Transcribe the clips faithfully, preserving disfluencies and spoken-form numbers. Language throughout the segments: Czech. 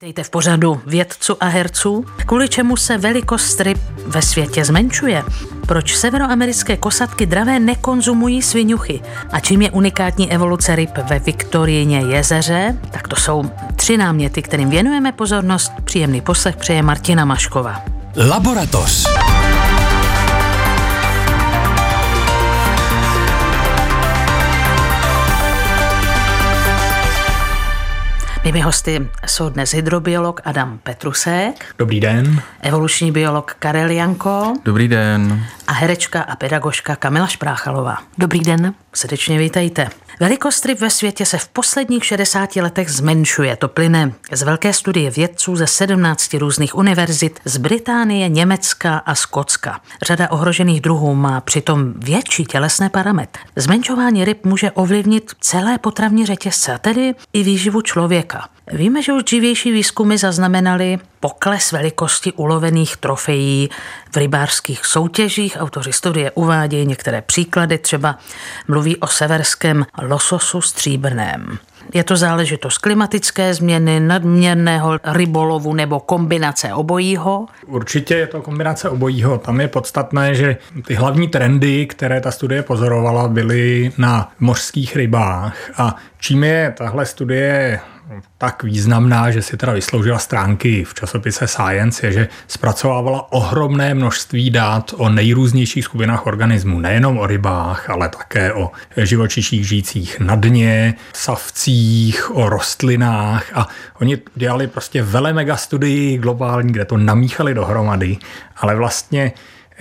Dejte v pořadu vědců a herců, kvůli čemu se velikost ryb ve světě zmenšuje, proč severoamerické kosatky dravé nekonzumují sviňuchy a čím je unikátní evoluce ryb ve Viktoriině jezeře, tak to jsou tři náměty, kterým věnujeme pozornost. Příjemný poslech přeje Martina Mašková. Laboratoř. Mými hosty jsou dnes hydrobiolog Adam Petrusek. Dobrý den. Evoluční biolog Karel Janko. Dobrý den. A herečka a pedagožka Kamila Špráchalová. Dobrý den. Srdečně vítejte. Velikost ryb ve světě se v posledních šedesáti letech zmenšuje. To plyne z velké studie vědců ze sedmnácti různých univerzit z Británie, Německa a Skotska. Řada ohrožených druhů má přitom větší tělesné parametry. Zmenšování ryb může ovlivnit celé potravní řetězce, a tedy i výživu člověka. Víme, že už dřívější výzkumy zaznamenaly pokles velikosti ulovených trofejí v rybářských soutěžích. Autoři studie uvádějí některé příklady, třeba mluví o severském lososu stříbrném. Je to záležitost klimatické změny, nadměrného rybolovu nebo kombinace obojího? Určitě je to kombinace obojího. Tam je podstatné, že ty hlavní trendy, které ta studie pozorovala, byly na mořských rybách. A čím je tahle studie tak významná, že si teda vysloužila stránky v časopise Science, je, že zpracovávala ohromné množství dat o nejrůznějších skupinách organismů. Nejenom o rybách, ale také o živočiších žijících na dně, savcích, o rostlinách. A oni dělali prostě velemega studii globální, kde to namíchali dohromady, ale vlastně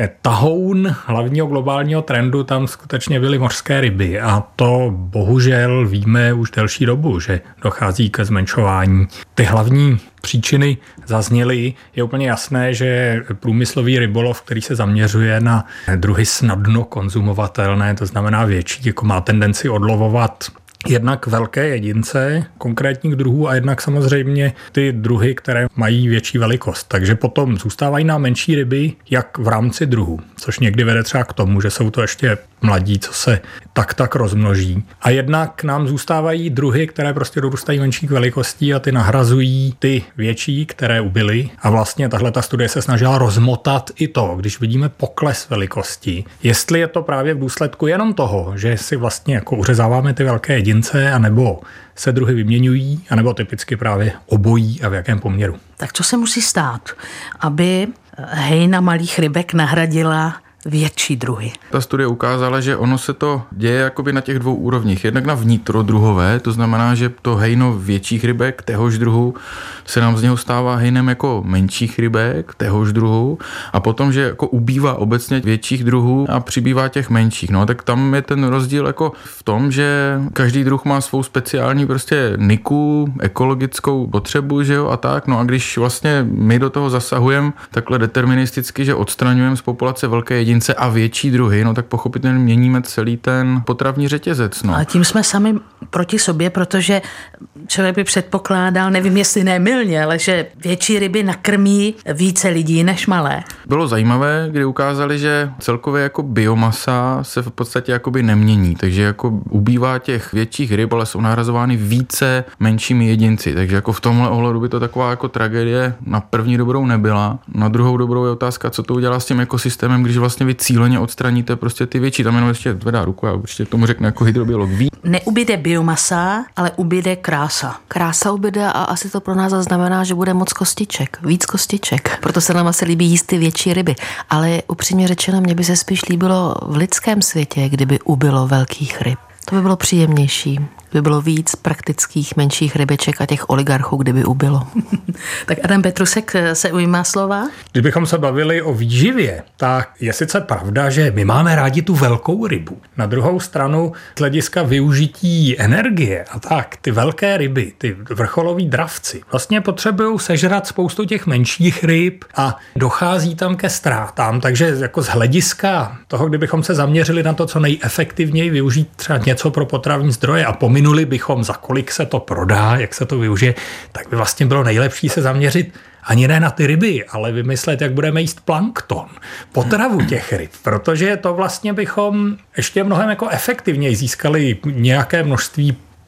tahoun hlavního globálního trendu tam skutečně byly mořské ryby a to bohužel víme už delší dobu, že dochází ke zmenšování. Ty hlavní příčiny zazněly. Je úplně jasné, že průmyslový rybolov, který se zaměřuje na druhy snadno konzumovatelné, to znamená větší, jako má tendenci odlovovat jednak velké jedince konkrétních druhů a jednak samozřejmě ty druhy, které mají větší velikost. Takže potom zůstávají nám menší ryby, jak v rámci druhů, což někdy vede třeba k tomu, že jsou to ještě mladí, co se tak tak rozmnoží. A jednak nám zůstávají druhy, které prostě dorůstají menších velikostí a ty nahrazují ty větší, které ubyly. A vlastně tahle ta studie se snažila rozmotat i to, když vidíme pokles velikosti, jestli je to právě v důsledku jenom toho, že si vlastně jako uřezáváme ty velké jedince, anebo se druhy vyměňují, anebo typicky právě obojí a v jakém poměru. Tak co se musí stát, aby hejna malých rybek nahradila větší druhy? Ta studie ukázala, že ono se to děje jakoby na těch dvou úrovních. Jednak na vnitrodruhové, to znamená, že to hejno větších rybek téhož druhu se nám z něho stává hejnem jako menších rybek téhož druhu a potom, že jako ubývá obecně větších druhů a přibývá těch menších. No tak tam je ten rozdíl jako v tom, že každý druh má svou speciální prostě niku, ekologickou potřebu, že jo, a tak. No a když vlastně my do toho zasahujeme takhle deterministicky, že odstraňujeme z populace velké jedince a větší druhy, no tak pochopitelně měníme celý ten potravní řetězec. No. A tím jsme sami proti sobě, protože člověk by předpokládal, nevím jestli ne mylně, ale že větší ryby nakrmí více lidí než malé. Bylo zajímavé, kdy ukázali, že celkově jako biomasa se v podstatě jakoby nemění, takže jako ubývá těch větších ryb, ale jsou nahrazovány více menšími jedinci, takže jako v tomhle ohledu by to taková jako tragédie na první dobrou nebyla. Na druhou dobrou je otázka, co to udělá s tím ekosystémem, když vlastně vy cíleně odstraníte prostě ty větší. Tam jenom ještě zvedá ruku a určitě tomu řekne jako hydrobiolog. Ví. Neubyde biomasa, ale ubyde krása. Krása ubyde a asi to pro nás znamená, že bude moc kostiček, víc kostiček. Proto se nám asi líbí jíst ty větší ryby. Ale upřímně řečeno, mně by se spíš líbilo v lidském světě, kdyby ubylo velkých ryb. To by bylo příjemnější. By bylo víc praktických menších rybeček a těch oligarchů, kdyby ubylo. Tak Adam Petrusek se ujímá slova. Kdybychom se bavili o výživě, tak je sice pravda, že my máme rádi tu velkou rybu. Na druhou stranu z hlediska využití energie a tak, ty velké ryby, ty vrcholoví dravci, vlastně potřebují sežrat spoustu těch menších ryb a dochází tam ke ztrátám. Takže jako z hlediska toho, kdybychom se zaměřili na to, co nejefektivněji využít třeba něco pro potravní zdroje a pominuli bychom, za kolik se to prodá, jak se to využije, tak by vlastně bylo nejlepší se zaměřit ani ne na ty ryby, ale vymyslet, jak budeme jíst plankton, potravu těch ryb, protože to vlastně bychom ještě mnohem jako efektivněji získali nějaké množství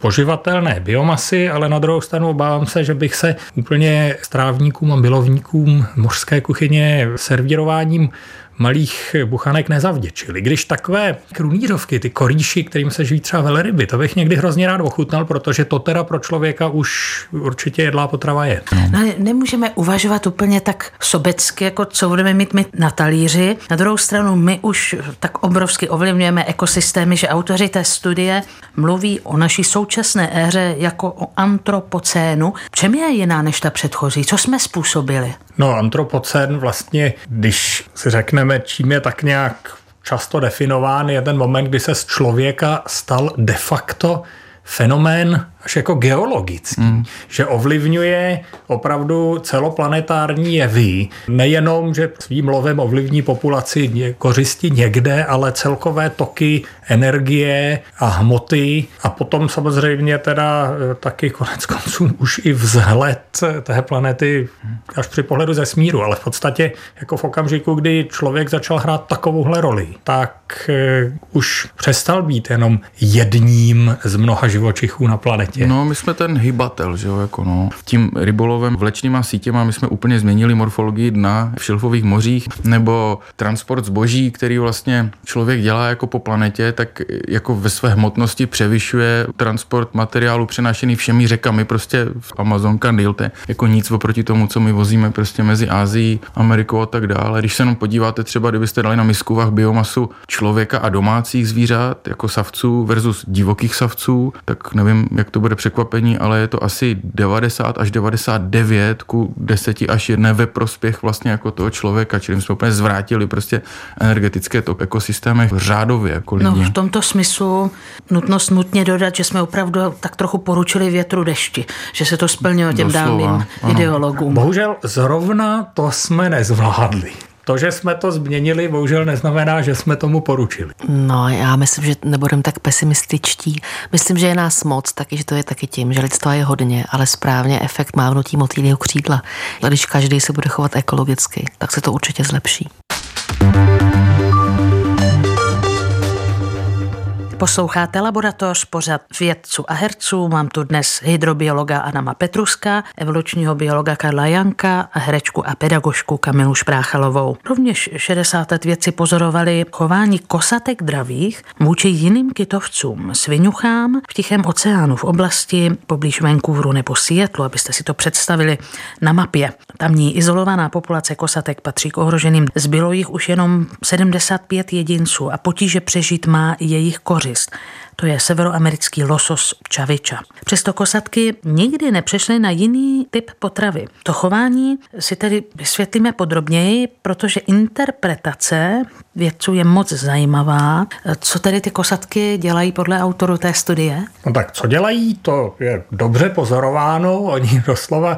poživatelné biomasy, ale na druhou stranu obávám se, že bych se úplně strávníkům a milovníkům mořské kuchyně servírováním malých buchanek nezavděčili. Když takové krunýřovky, ty korýši, kterým se živí třeba velryby, to bych někdy hrozně rád ochutnal, protože to teda pro člověka už určitě jedlá potrava je. No, nemůžeme uvažovat úplně tak sobecky, jako co budeme mít my na talíři. Na druhou stranu my už tak obrovsky ovlivňujeme ekosystémy, že autoři té studie mluví o naší současné éře jako o antropocénu. V čem je jiná než ta předchozí? Co jsme způsobili? No, antropocén vlastně, když si řekneme, čím je tak nějak často definován, je ten moment, kdy se z člověka stal de facto fenomén až jako geologický, mm. že ovlivňuje opravdu celoplanetární jevy. Nejenom, že svým lovem ovlivní populaci kořisti někde, ale celkové toky energie a hmoty a potom samozřejmě teda taky konec konců už i vzhled té planety až při pohledu ze smíru, ale v podstatě jako v okamžiku, kdy člověk začal hrát takovouhle roli, tak už přestal být jenom jedním z mnoha živočichů na planetě. No, my jsme ten hybatel, že jo, jako no. Tím rybolovem, vlečnýma sítěma my jsme úplně změnili morfologii dna v šelfových mořích, nebo transport zboží, který vlastně člověk dělá jako po planetě, tak jako ve své hmotnosti převyšuje transport materiálu přenášený všemi řekami, prostě v Amazonka, Nil, to je jako nic oproti tomu, co my vozíme prostě mezi Ázií, Amerikou a tak dále. Když se jenom podíváte třeba, kdybyste dali na misku vah biomasu člověka a domácích zvířat, jako savců versus divokých savců, tak nevím, jak to bude překvapení, ale je to asi devadesát až devadesát devět ku deseti až jedné ve prospěch vlastně jako toho člověka, čili jsme úplně zvrátili prostě energetické to ekosystémy řádově jako lidi. No v tomto smyslu nutnost nutně dodat, že jsme opravdu tak trochu poručili větru dešti, že se to splnilo těm dávným ideologům. Bohužel zrovna to jsme nezvládli. To, že jsme to změnili, bohužel neznamená, že jsme tomu poručili. No, já myslím, že nebudeme tak pesimističtí. Myslím, že je nás moc, taky, že to je taky tím, že lidstva je hodně, ale správně efekt mávnutí motýlího křídla. A když každý se bude chovat ekologicky, tak se to určitě zlepší. Posloucháte Laboratoř, pořad vědců a herců. Mám tu dnes hydrobiologa Adama Petruska, evolučního biologa Karla Janka a herečku a pedagožku Kamilu Špráchalovou. Rovněž šedesát let vědci pozorovali chování kosatek dravých vůči jiným kytovcům, sviňuchám v Tichém oceánu v oblasti poblíž Vancouveru nebo Seattlu, abyste si to představili na mapě. Tamní izolovaná populace kosatek patří k ohroženým. Zbylo jich už jenom sedmdesát pět jedinců a potíže přežít má jejich kořist. To je severoamerický losos čaviča. Přesto kosatky nikdy nepřešly na jiný typ potravy. To chování si tedy vysvětlíme podrobněji, protože interpretace vědců je moc zajímavá. Co tedy ty kosatky dělají podle autorů té studie? No tak co dělají, to je dobře pozorováno. Oni doslova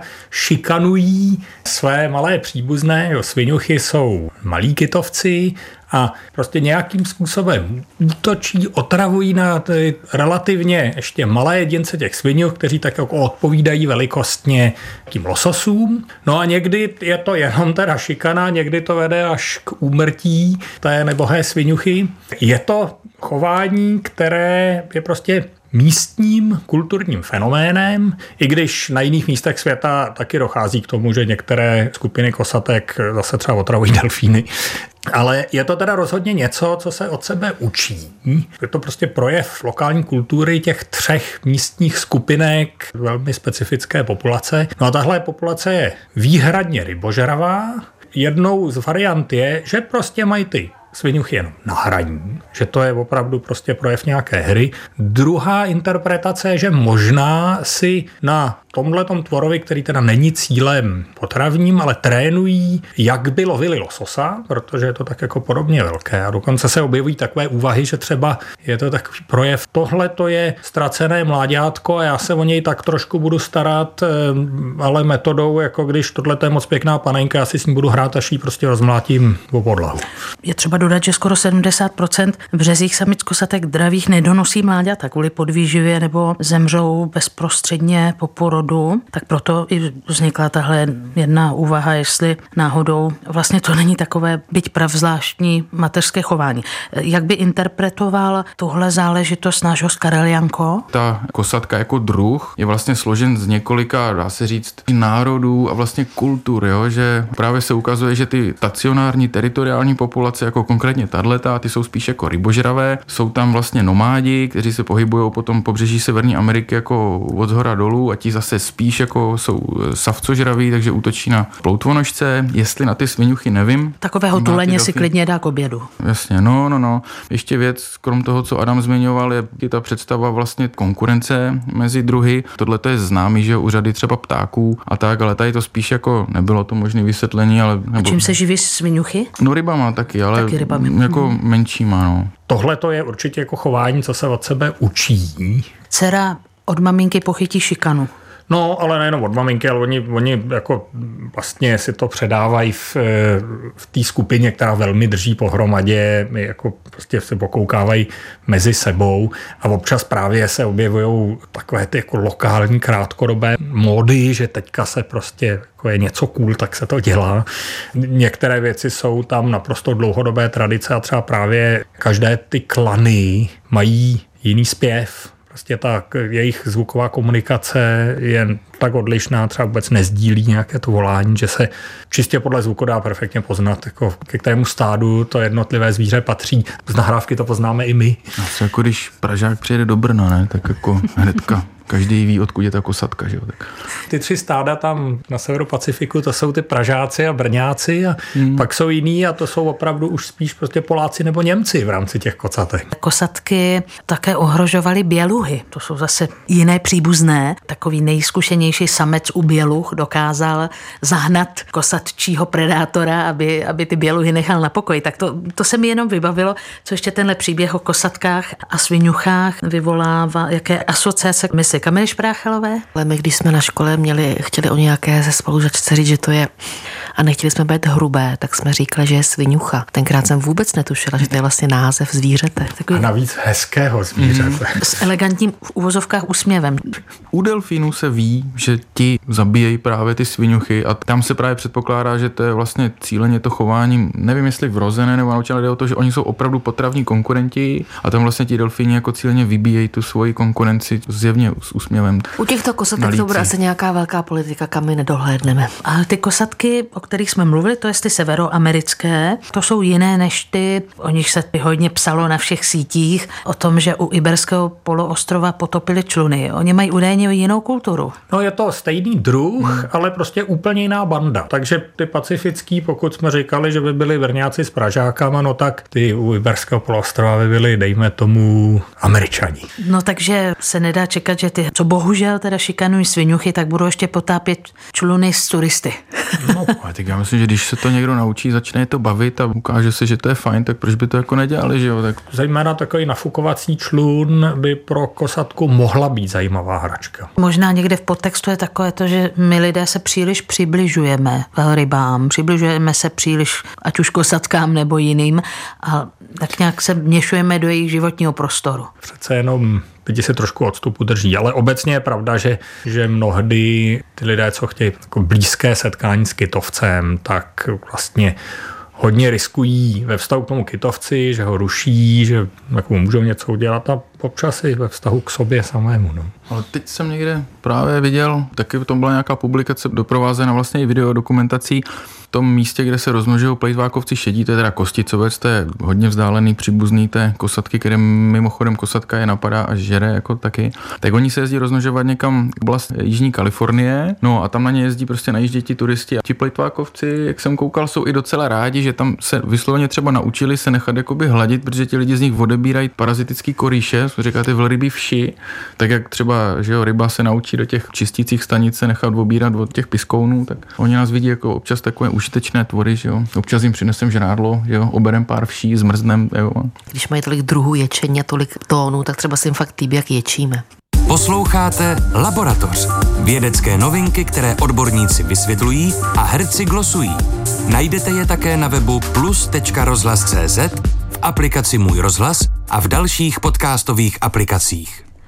šikanují své malé příbuzné. Jo, sviňuchy jsou malí kytovci a prostě nějakým způsobem útočí, otravují na ty relativně ještě malé jedince těch sviňuch, kteří tak jako odpovídají velikostně tím lososům. No a někdy je to jenom teda šikana, někdy to vede až k úmrtí té nebohé sviňuchy. Je to chování, které je prostě místním kulturním fenoménem, i když na jiných místech světa taky dochází k tomu, že některé skupiny kosatek zase třeba otravují delfíny. Ale je to teda rozhodně něco, co se od sebe učí. Je to prostě projev lokální kultury těch třech místních skupinek velmi specifické populace. No a tahle populace je výhradně rybožravá. Jednou z variant je, že prostě mají ty sviňuchy jenom na hraní, že to je opravdu prostě projev nějaké hry. Druhá interpretace je, že možná si na tomhletom tvorovi, který teda není cílem potravním, ale trénují, jak by lovili lososa, protože je to tak jako podobně velké. A dokonce se objevují takové úvahy, že třeba je to takový projev, tohle to je ztracené mláďátko a já se o něj tak trošku budu starat, ale metodou, jako když tohle je moc pěkná panenka, já si s ní budu hrát, až jí prostě rozmlátím o podlahu. Je třeba dodat, že skoro sedmdesát procent březích samic kosatek dravých nedonosí mláďata kvůli podvýživě nebo zemřou bezprostředně po porodu rodu, tak proto i vznikla tahle jedna úvaha, jestli náhodou vlastně to není takové byť pravzvláštní mateřské chování. Jak by interpretoval tuhle záležitost náš host Karel Janko? Ta kosatka jako druh je vlastně složen z několika, dá se říct, národů a vlastně kultur, jo? Že právě se ukazuje, že ty stacionární teritoriální populace, jako konkrétně tato, ty jsou spíš jako rybožravé, jsou tam vlastně nomádi, kteří se pohybují po tom pobřeží Severní Ameriky jako od zhora dolů a ti zase spíš jako jsou savcožraví, takže útočí na ploutvonožce, jestli na ty sviňuchy nevím. Takového tuleně si klidně dá k obědu. Jasně, no, no, no. Ještě věc, krom toho, co Adam zmiňoval, je, je ta představa vlastně konkurence mezi druhy. Tohle to je známý, že u řady třeba ptáků a tak, ale tady to spíš jako nebylo to možné vysvětlení, ale... Nebo... A čím se živí sviňuchy? No rybama taky, ale taky rybami. Jako hmm. menšíma, no. Tohle to je určitě jako chování, co se od sebe učí. Dcera od maminky pochytí šikanu. No, ale nejenom od maminky, ale oni, oni jako vlastně si to předávají v, v té skupině, která velmi drží pohromadě, jako prostě se pokoukávají mezi sebou a občas právě se objevují takové ty jako lokální krátkodobé módy, že teďka se prostě jako je něco cool, tak se to dělá. Některé věci jsou tam naprosto dlouhodobé tradice a třeba právě každé ty klany mají jiný zpěv. Prostě ta jejich zvuková komunikace je tak odlišná, třeba vůbec nezdílí nějaké to volání, že se čistě podle zvuku dá perfektně poznat, jako ke kterému stádu to jednotlivé zvíře patří. Z nahrávky to poznáme i my. Asi jako když Pražák přijede do Brna, ne? Tak jako hnedka. Každý ví, odkud je ta kosatka, že jo? Tak. Ty tři stáda tam na severu Pacifiku, to jsou ty Pražáci a Brňáci a hmm. pak jsou jiný a to jsou opravdu už spíš prostě Poláci nebo Němci v rámci těch kosatek. Kosatky také ohrožovaly běluhy. To jsou zase jiné příbuzné. Takový nejzkušenější samec u běluh dokázal zahnat kosatčího predátora, aby, aby ty běluhy nechal na pokoji. Tak to, to se mi jenom vybavilo, co ještě tenhle příběh o kosatkách a sviňuchách vyvolává, jaké asociace myslí Kamily Špráchalové? Ale my, když jsme na škole měli, chtěli o nějaké ze spolužačce říct, že to je, a nechtěli jsme být hrubé, tak jsme říkali, že je sviňucha. Tenkrát jsem vůbec netušila, že to je vlastně název zvířete. Takový... A navíc hezkého zvířete. Mm. S elegantním v uvozovkách úsměvem. U delfínů se ví, že ti zabíjejí právě ty sviňuchy a tam se právě předpokládá, že to je vlastně cíleně to chování, nevím jestli vrozené nebo naučené, jde o to, že oni jsou opravdu potravní konkurenti a tam vlastně ti delfíni jako cíleně vybíjejí tu svoji konkurenci zjevně s úsměvem. U těchto kosatek to bude asi nějaká velká politika, kam my nedohlédneme. A ty kosatky, o kterých jsme mluvili, to je ty severoamerické, to jsou jiné než ty, o nich se hodně psalo na všech sítích, o tom, že u Iberského poloostrova potopili čluny. Oni mají údajně jinou kulturu. No je to stejný druh, hmm. ale prostě úplně jiná banda. Takže ty pacifický, pokud jsme říkali, že by byli Brňáci s Pražákama, no tak ty u Iberského poloostrova by byli, dejme tomu, Američani. No takže se nedá čekat, že ty, co bohužel teda šikanují sviňuchy, tak budou ještě potápět čluny s turisty. No, ale tak já myslím, že když se to někdo naučí, začne to bavit a ukáže se, že to je fajn, tak proč by to jako nedělali, že jo? Tak... Zejména takový nafukovací člun by pro kosatku mohla být zajímavá hračka. Možná někde v podtextu je takové to, že my lidé se příliš přibližujeme rybám, přibližujeme se příliš ať už kosatkám nebo jiným a tak nějak se měšujeme do jejich životního prostoru. Přece jenom lidi se trošku odstupu drží, ale obecně je pravda, že, že mnohdy ty lidé, co chtějí jako blízké setkání s kytovcem, tak vlastně hodně riskují ve vztahu k tomu kytovci, že ho ruší, že jako můžou něco udělat a občas i ve vztahu k sobě samému. No. Ale teď jsem někde právě viděl, taky v tom byla nějaká publikace doprovázená vlastně i videodokumentací, v tom místě, kde se rozmnožují plejtvákovci šedí, to je teda kosticovec, to je hodně vzdálený příbuzný té kosatky, které mimochodem kosatka je napadá a žere jako taky. Tak oni se jezdí rozmnožovat někam oblast Jižní Kalifornie, no a tam na ně jezdí prostě najíždějí ti turisti a ti plejtvákovci, jak jsem koukal, jsou i docela rádi, že tam se vysloveně třeba naučili se nechat jakoby hladit, protože ti lidi z nich odebírají parazitický korýše, říká ty velrybí vši, tak jak třeba, že jo, ryba se naučí do těch čistících stanic se nechat obírat od těch piskounů, tak oni nás vidí jako občas takové užitečné tvory, že jo. Občas jim přinesem žrádlo, že jo, oberem pár vší, zmrznem, jo. Když mají tolik druhů ječení a tolik tónů, tak třeba si jim fakt líbí, jak ječíme. Posloucháte Laboratoř. Vědecké novinky, které odborníci vysvětlují a herci glosují. Najdete je také na webu plus tečka rozhlas tečka cé zet, v aplikaci Můj rozhlas a v dalších podcastových aplikacích.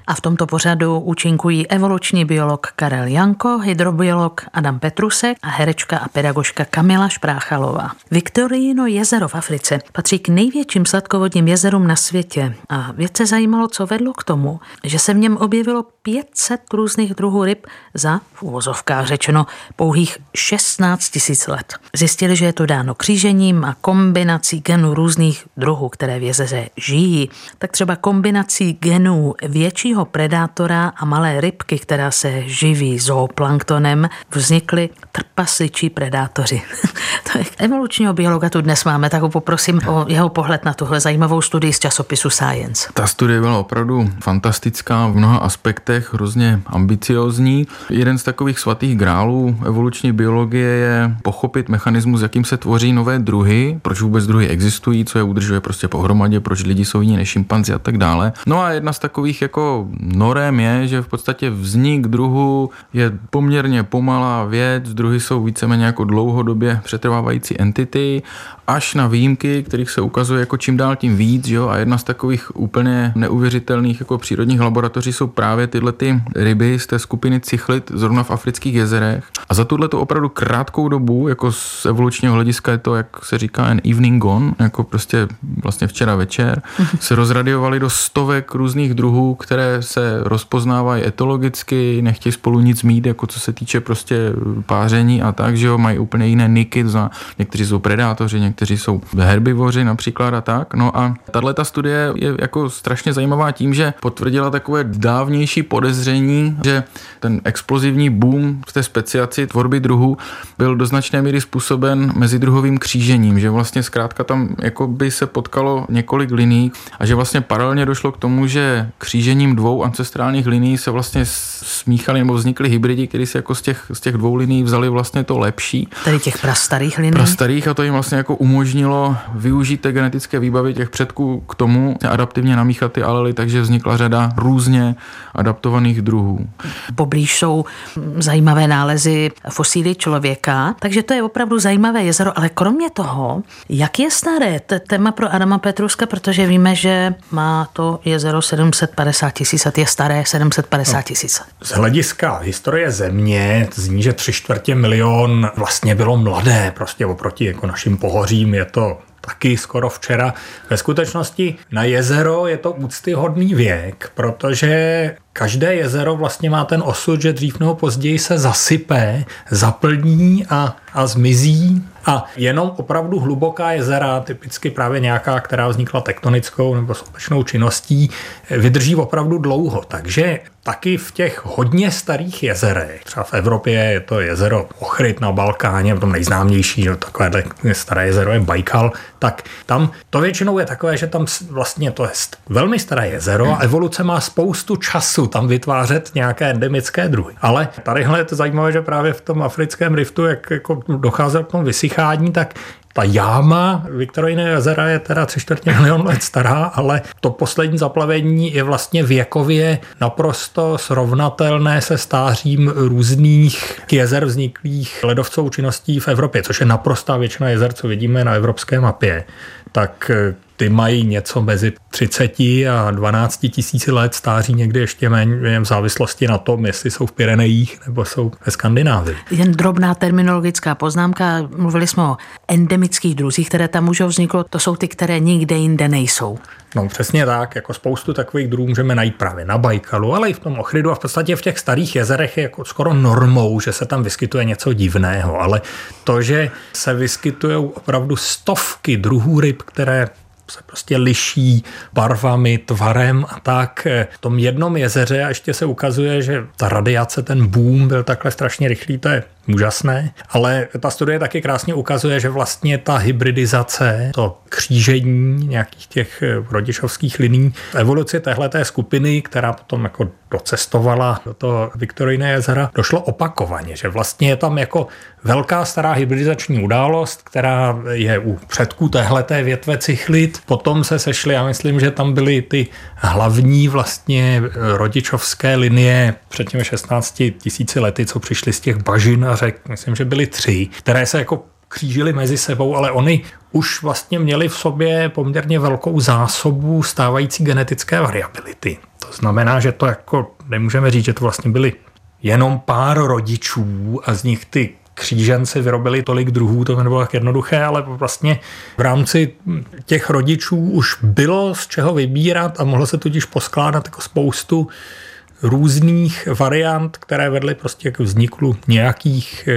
A v tomto pořadu účinkují evoluční biolog Karel Janko, hydrobiolog Adam Petrusek a herečka a pedagožka Kamila Špráchalová. Viktoriino jezero v Africe patří k největším sladkovodním jezerům na světě a vědce zajímalo, co vedlo k tomu, že se v něm objevilo pět set různých druhů ryb za, v uvozovkách řečeno, pouhých šestnáct tisíc let. Zjistili, že je to dáno křížením a kombinací genů různých druhů, které v jezeře žijí. Tak třeba kombinací genů většího predátora a malé rybky, která se živí zooplanktonem, vznikly trpasličí predátoři. To je evolučního biologa tu dnes máme, tak ho poprosím o jeho pohled na tuhle zajímavou studii z časopisu Science. Ta studie byla opravdu fantastická v mnoha aspektech, hrozně ambiciózní. Jeden z takových svatých grálů evoluční biologie je pochopit mechanismus, jakým se tvoří nové druhy, proč vůbec druhy existují, co je udržuje prostě pohromadě, proč lidi jsou jiní než šimpanzi a tak dále. No a jedna z takových jako norem je, že v podstatě vznik druhu je poměrně pomalá věc, druhy jsou víceméně jako dlouhodobě přetrvávající entity, až na výjimky, kterých se ukazuje jako čím dál tím víc, jo? A jedna z takových úplně neuvěřitelných jako přírodních laboratoří jsou právě tyhle ty ryby z té skupiny cichlid zrovna v afrických jezerech. A za tuhletu opravdu krátkou dobu, jako z evolučního hlediska je to, jak se říká, an evening gone, jako prostě vlastně včera večer, se rozradiovali do stovek různých druhů, které se rozpoznávají etologicky, nechtějí spolu nic mít, jako co se týče prostě páření a tak, že jo, mají úplně jiné niky, někteří jsou predátoři, někteří jsou herbivoři například a tak. No a tato studie je jako strašně zajímavá tím, že potvrdila takové dávnější podezření, že ten explozivní boom v té speciaci tvorby druhů byl do značné míry způsoben mezidruhovým křížením, že vlastně zkrátka tam jako by se potkalo několik linií a že vlastně paralelně došlo k tomu, že křížením dvou ancestrálních linií se vlastně smíchali nebo vznikly hybridi, které si jako z těch, z těch dvou linií vzali vlastně to lepší. Tady těch prastarých linií. Prastarých a to jim vlastně jako umožnilo využít té genetické výbavy těch předků k tomu adaptivně namíchat ty alely, takže vznikla řada různě adaptovaných druhů. Poblíž jsou zajímavé nálezy fosíly člověka, takže to je opravdu zajímavé jezero, ale kromě toho, jak je staré, to je téma pro Adama Petruska, protože víme, že má to jezero sedm set padesát tisíc a je staré sedm set padesát tisíc. Z hlediska historie země zní, že tři čtvrtě milion vlastně bylo mladé, prostě oproti jako našim pohořím je to taky skoro včera. Ve skutečnosti na jezero je to úctyhodný věk, protože každé jezero vlastně má ten osud, že dřív nebo později se zasype, zaplní a, a zmizí. A jenom opravdu hluboká jezera, typicky právě nějaká, která vznikla tektonickou nebo sopečnou činností, vydrží opravdu dlouho. Takže taky v těch hodně starých jezerech, třeba v Evropě je to jezero Ochryt na Balkáně, to nejznámější, že takové staré jezero je Bajkal, tak tam to většinou je takové, že tam vlastně to je velmi staré jezero a evoluce má spoustu času tam vytvářet nějaké endemické druhy. Ale tadyhle je to zajímavé, že právě v tom africkém riftu, jak jako docházelo k tomu vysychání, tak ta jáma Viktoriino jezera je teda tři čtvrtě milion let stará, ale to poslední zaplavení je vlastně věkově naprosto srovnatelné se stářím různých jezer vzniklých ledovcovou činností v Evropě, což je naprostá většina jezer, co vidíme na evropské mapě. Tak ty mají něco mezi třiceti a dvanácti tisíci let stáří, někdy ještě méně v závislosti na tom, jestli jsou v Pyrenejích nebo jsou ve Skandinávii. Jen drobná terminologická poznámka. Mluvili jsme o endemických druzích, které tam můžou vzniknout. To jsou ty, které nikde jinde nejsou. No přesně tak, jako spoustu takových druhů můžeme najít právě na Bajkalu, ale i v tom Ochrydu a v podstatě v těch starých jezerech je jako skoro normou, že se tam vyskytuje něco divného, ale to, že se vyskytují opravdu stovky druhů ryb, které se prostě liší barvami, tvarem a tak. V tom jednom jezeře a ještě se ukazuje, že ta radiace, ten boom byl takhle strašně rychlý, to je úžasné, ale ta studie taky krásně ukazuje, že vlastně ta hybridizace, to křížení nějakých těch rodičovských liní v evoluci téhleté skupiny, která potom jako docestovala do toho Viktoriino jezera, došlo opakovaně, že vlastně je tam jako velká stará hybridizační událost, která je u předků téhleté větve cichlid. Potom se sešly, já myslím, že tam byly ty hlavní vlastně rodičovské linie před těmi šestnácti tisíci lety, co přišly z těch bažin a řek, myslím, že byly tři, které se jako křížily mezi sebou, ale oni už vlastně měli v sobě poměrně velkou zásobu stávající genetické variability. To znamená, že to jako nemůžeme říct, že to vlastně byly jenom pár rodičů a z nich ty kříženci vyrobili tolik druhů, to nebylo tak jednoduché, ale vlastně v rámci těch rodičů už bylo z čeho vybírat a mohlo se tudíž poskládat jako spoustu různých variant, které vedly prostě k vzniku nějakých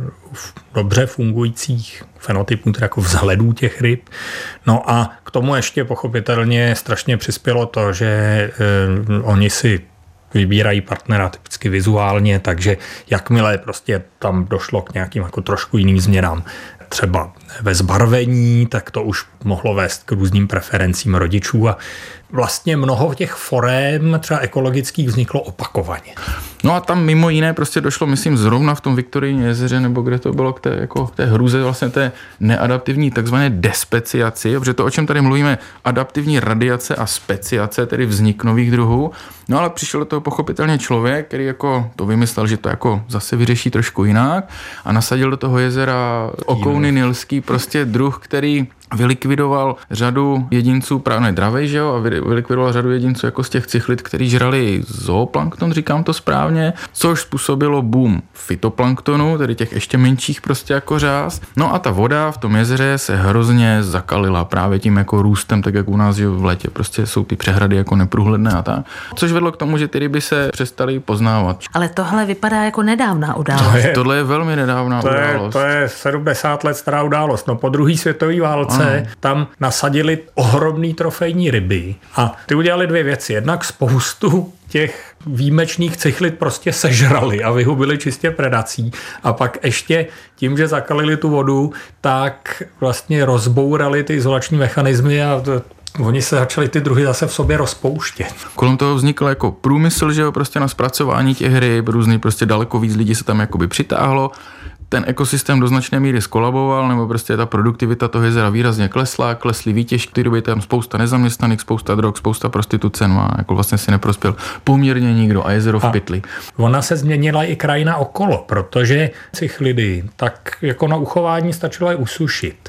dobře fungujících fenotypů, tedy jako vzhledů těch ryb. No a k tomu ještě pochopitelně strašně přispělo to, že eh, oni si vybírají partnera typicky vizuálně, takže jakmile prostě tam došlo k nějakým jako trošku jiným změnám, třeba ve zbarvení, tak to už mohlo vést k různým preferencím rodičů a vlastně mnoho těch forem třeba ekologických vzniklo opakovaně. No a tam mimo jiné prostě došlo, myslím, zrovna v tom Viktorijním jezeře, nebo kde to bylo k té, jako k té hruze, vlastně té neadaptivní takzvané despeciaci, protože to, o čem tady mluvíme, adaptivní radiace a speciace, tedy vznik nových druhů. No ale přišel do toho pochopitelně člověk, který jako to vymyslel, že to jako zase vyřeší trošku jinak a nasadil do toho jezera okouny nilský, prostě druh, který vylikvidoval řadu jedinců, právě dravej, že jo, a vylikvidoval řadu jedinců jako z těch cichlid, který žrali zooplankton, říkám to správně, což způsobilo boom fytoplanktonu, tedy těch ještě menších prostě jako řas. No a ta voda v tom jezeře se hrozně zakalila právě tím jako růstem, tak jak u nás, že v létě prostě jsou ty přehrady jako neprůhledné a tak. Což vedlo k tomu, že ty ryby se přestaly poznávat. Ale tohle vypadá jako nedávná událost. To je, Tohle je velmi nedávná to událost. Je, to je sedmdesát let stará událost. No po druhé světové válce Aha. tam nasadili ohromný trofejní ryby a ty udělali dvě věci. Jednak spoustu těch výjimečných cichlid prostě sežrali a vyhubili čistě predací. A pak ještě tím, že zakalili tu vodu, tak vlastně rozbourali ty izolační mechanismy a to, oni se začali ty druhy zase v sobě rozpouštět. Kolem toho vznikl jako průmysl, že jo, prostě na zpracování těch ryb, různý prostě daleko víc lidí se tam jakoby přitáhlo. Ten ekosystém do značné míry skolaboval, nebo prostě ta produktivita toho jezera výrazně klesla, klesly výtěžky, v té době tam spousta nezaměstnaných, spousta drog, spousta prostituce, no a jako vlastně si neprospěl poměrně nikdo a jezero v pytli. Ona se změnila i krajina okolo, protože cichlidi tak jako na uchování stačilo je usušit.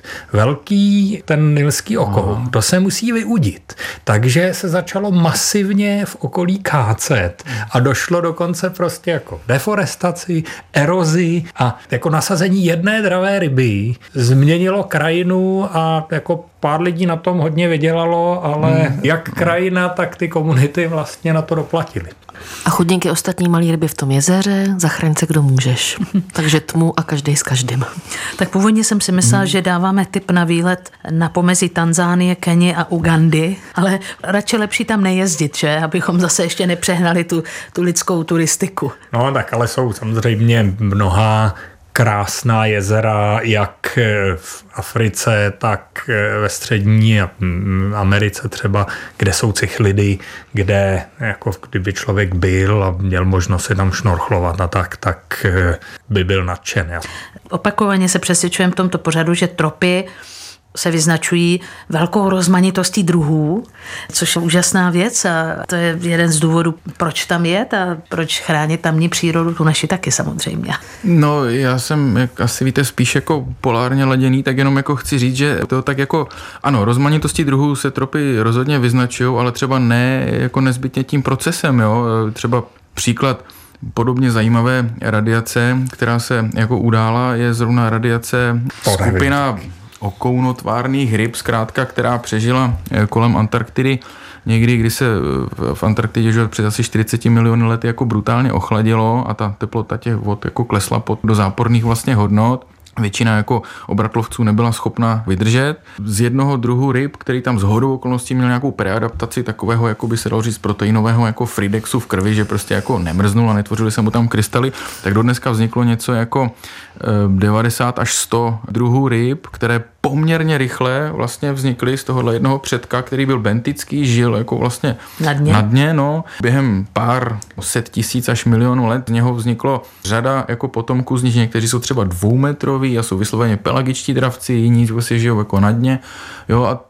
Velký ten nilský okoun, to se musí vyudit. Takže se začalo masivně v okolí kácet a došlo dokonce prostě jako deforestaci, erozi a jako nasazení jedné dravé ryby změnilo krajinu a jako pár lidí na tom hodně vydělalo, ale hmm. jak krajina, tak ty komunity vlastně na to doplatili. A chudinky ostatní malý ryby v tom jezeře, zachraň se, kdo můžeš. Takže tmu a každý s každým. Tak původně jsem si myslela, hmm. že dáváme tip na výlet na pomezí Tanzánie, Keni a Ugandy, ale radši lepší tam nejezdit, že? Abychom zase ještě nepřehnali tu, tu lidskou turistiku. No tak ale jsou samozřejmě mnoha krásná jezera, jak v Africe, tak ve střední Americe třeba, kde jsou cichlidy, kde jako kdyby člověk byl a měl možnost se tam šnorchlovat a tak, tak by byl nadšen. Opakovaně se přesvědčujeme v tomto pořadu, že tropy se vyznačují velkou rozmanitostí druhů, což je úžasná věc a to je jeden z důvodů, proč tam jet a proč chránit tamní přírodu, tu naši taky samozřejmě. No já jsem, jak asi víte, spíš jako polárně laděný, tak jenom jako chci říct, že to tak jako, ano, rozmanitostí druhů se tropy rozhodně vyznačují, ale třeba ne jako nezbytně tím procesem, jo, třeba příklad podobně zajímavé radiace, která se jako udála, je zrovna radiace skupina okounotvárných ryb, zkrátka, která přežila kolem Antarktidy někdy, kdy se v Antarktidě že před asi čtyřicet miliony let jako brutálně ochladilo a ta teplota těch vod jako klesla pod, do záporných vlastně hodnot. Většina jako obratlovců nebyla schopna vydržet. Z jednoho druhu ryb, který tam shodou okolností měl nějakou preadaptaci takového, jako by se dalo říct, proteinového jako fridexu v krvi, že prostě jako nemrznul a netvořily se mu tam krystaly, tak dodneska vzniklo něco jako devadesát až sto druhů ryb, které poměrně rychle vlastně vznikly z tohohle jednoho předka, který byl bentický, žil jako vlastně na dně. Na dně no. Během pár set tisíc až milionů let z něho vzniklo řada jako potomků, z nich někteří jsou třeba dvoumetroví a jsou vysloveně pelagičtí dravci, jiní vlastně žijou jako na dně. Jo, a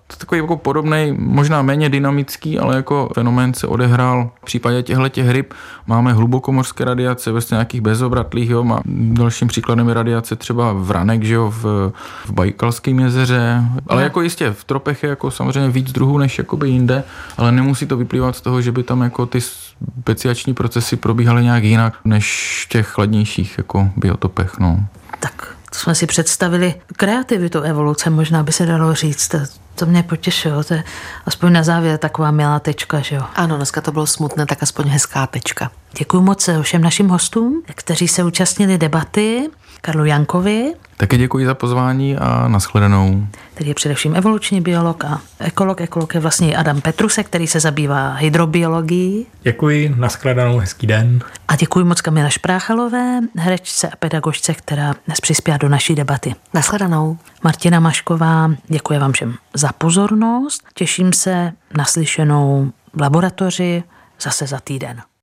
takový jako podobnej, možná méně dynamický, ale jako fenomén se odehrál v případě těchto těch ryb. Máme hlubokomorské radiace, vlastně nějakých bezobratlých, jo. Má, dalším příkladem je radiace třeba vranek, že jo, v, v Bajkalském jezeře, ale jako jistě v tropech je jako samozřejmě víc druhů než jakoby jinde, ale nemusí to vyplývat z toho, že by tam jako ty speciační procesy probíhaly nějak jinak než v těch chladnějších jako biotopech, no. Tak to jsme si představili kreativitu evoluce, možná by se dalo říct. To, to mě potěšilo, to je aspoň na závěr taková milá tečka, že jo? Ano, dneska to bylo smutné, tak aspoň hezká tečka. Děkuji moc všem našim hostům, kteří se účastnili debaty. Karlu Jankovi. Také děkuji za pozvání a nashledanou. Který je především evoluční biolog a ekolog. Ekolog je vlastně Adam Petrusek, který se zabývá hydrobiologií. Děkuji, nashledanou, hezký den. A děkuji moc Kamile Špráchalové, herečce a pedagožce, která dnes přispěla do naší debaty. Nashledanou. Martina Mašková, děkuji vám všem za pozornost. Těším se na slyšenou v laboratoři zase za týden.